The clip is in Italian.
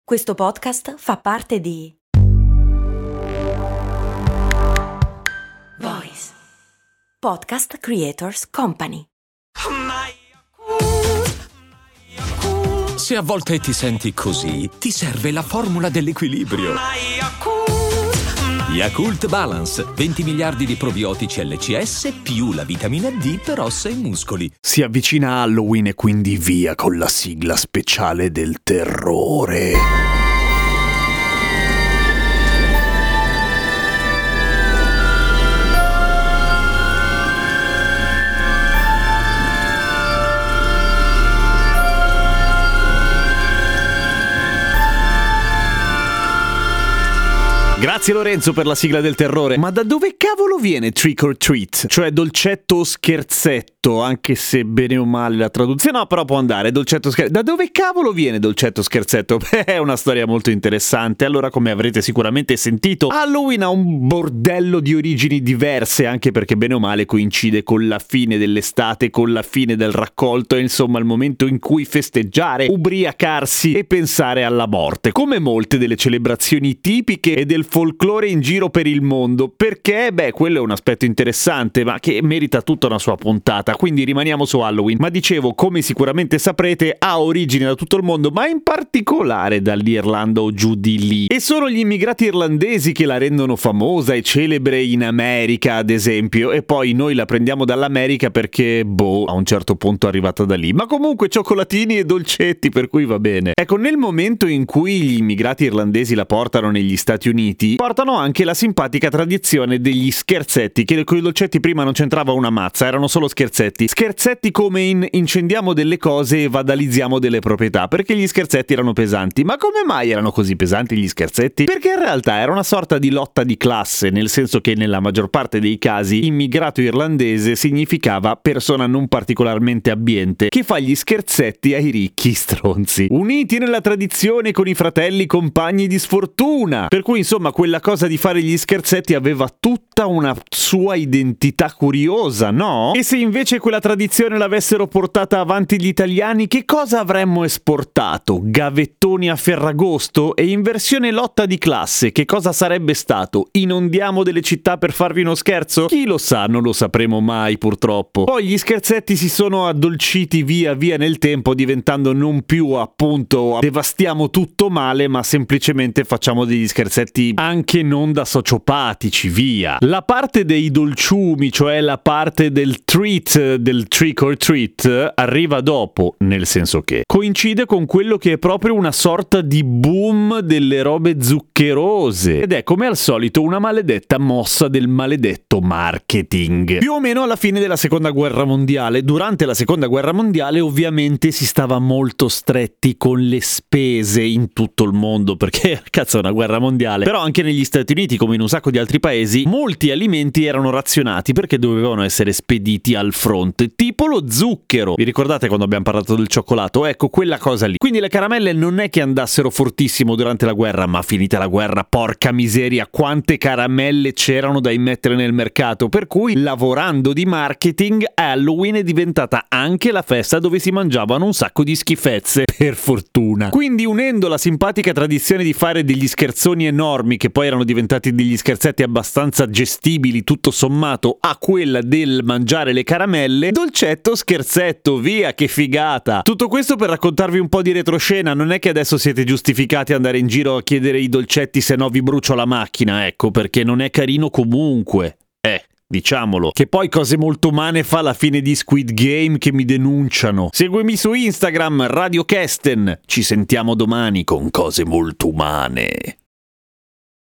Questo podcast fa parte di Voice Podcast Creators Company. Se a volte ti senti così, ti serve la formula dell'equilibrio. Yakult Balance, 20 miliardi di probiotici LCS più la vitamina D per ossa e muscoli. Si avvicina Halloween e quindi via con la sigla speciale del terrore. Grazie Lorenzo per la sigla del terrore. Ma da dove cavolo viene trick or treat? Cioè dolcetto o scherzetto, anche se bene o male la traduzione. No, però può andare, dolcetto scherzetto. Da dove cavolo viene dolcetto scherzetto? Beh, è una storia molto interessante. Allora, come avrete sicuramente sentito, Halloween ha un bordello di origini diverse, anche perché bene o male coincide con la fine dell'estate, con la fine del raccolto e insomma il momento in cui festeggiare, ubriacarsi e pensare alla morte, come molte delle celebrazioni tipiche e del folklore in giro per il mondo, perché quello è un aspetto interessante ma che merita tutta una sua puntata, quindi rimaniamo su Halloween. Ma dicevo, come sicuramente saprete, ha origine da tutto il mondo, ma in particolare dall'Irlanda o giù di lì, e sono gli immigrati irlandesi che la rendono famosa e celebre in America ad esempio, e poi noi la prendiamo dall'America perché a un certo punto è arrivata da lì, ma comunque cioccolatini e dolcetti, per cui va bene. Ecco, nel momento in cui gli immigrati irlandesi la portano negli Stati Uniti, portano anche la simpatica tradizione degli scherzetti, che con i dolcetti prima non c'entrava una mazza, erano solo scherzetti. Scherzetti come in incendiamo delle cose e vandalizziamo delle proprietà, perché gli scherzetti erano pesanti. Ma come mai erano così pesanti gli scherzetti? Perché in realtà era una sorta di lotta di classe, nel senso che nella maggior parte dei casi immigrato irlandese significava persona non particolarmente abbiente, che fa gli scherzetti ai ricchi stronzi, uniti nella tradizione con i fratelli compagni di sfortuna, per cui insomma quella cosa di fare gli scherzetti aveva tutta una sua identità curiosa, no? E se invece quella tradizione l'avessero portata avanti gli italiani, che cosa avremmo esportato? Gavettoni a Ferragosto? E in versione lotta di classe, che cosa sarebbe stato? Inondiamo delle città per farvi uno scherzo? Chi lo sa, non lo sapremo mai purtroppo. Poi gli scherzetti si sono addolciti via via nel tempo, diventando non più appunto devastiamo tutto male, ma semplicemente facciamo degli scherzetti anche non da sociopatici, via. La parte dei dolciumi, cioè la parte del treat, del trick or treat, arriva dopo, nel senso che coincide con quello che è proprio una sorta di boom delle robe zuccherose, ed è come al solito una maledetta mossa del maledetto marketing. Più o meno alla fine della seconda guerra mondiale. Durante la seconda guerra mondiale ovviamente si stava molto stretti con le spese in tutto il mondo, perché cazzo è una guerra mondiale, però anche negli Stati Uniti, come in un sacco di altri paesi, molti alimenti erano razionati perché dovevano essere spediti al fronte, tipo lo zucchero. Vi ricordate quando abbiamo parlato del cioccolato? Ecco, quella cosa lì. Quindi le caramelle non è che andassero fortissimo durante la guerra, ma finita la guerra, porca miseria, quante caramelle c'erano da immettere nel mercato, per cui lavorando di marketing, Halloween è diventata anche la festa dove si mangiavano un sacco di schifezze, per fortuna. Quindi unendo la simpatica tradizione di fare degli scherzoni enormi, che poi erano diventati degli scherzetti abbastanza gestibili tutto sommato, a quella del mangiare le caramelle, dolcetto scherzetto, via, che figata. Tutto questo per raccontarvi un po' di retroscena. Non è che adesso siete giustificati ad andare in giro a chiedere i dolcetti se no vi brucio la macchina, ecco, perché non è carino comunque. Diciamolo. Che poi cose molto umane fa la fine di Squid Game che mi denunciano. Seguimi su Instagram, Radio Kesten. Ci sentiamo domani con cose molto umane.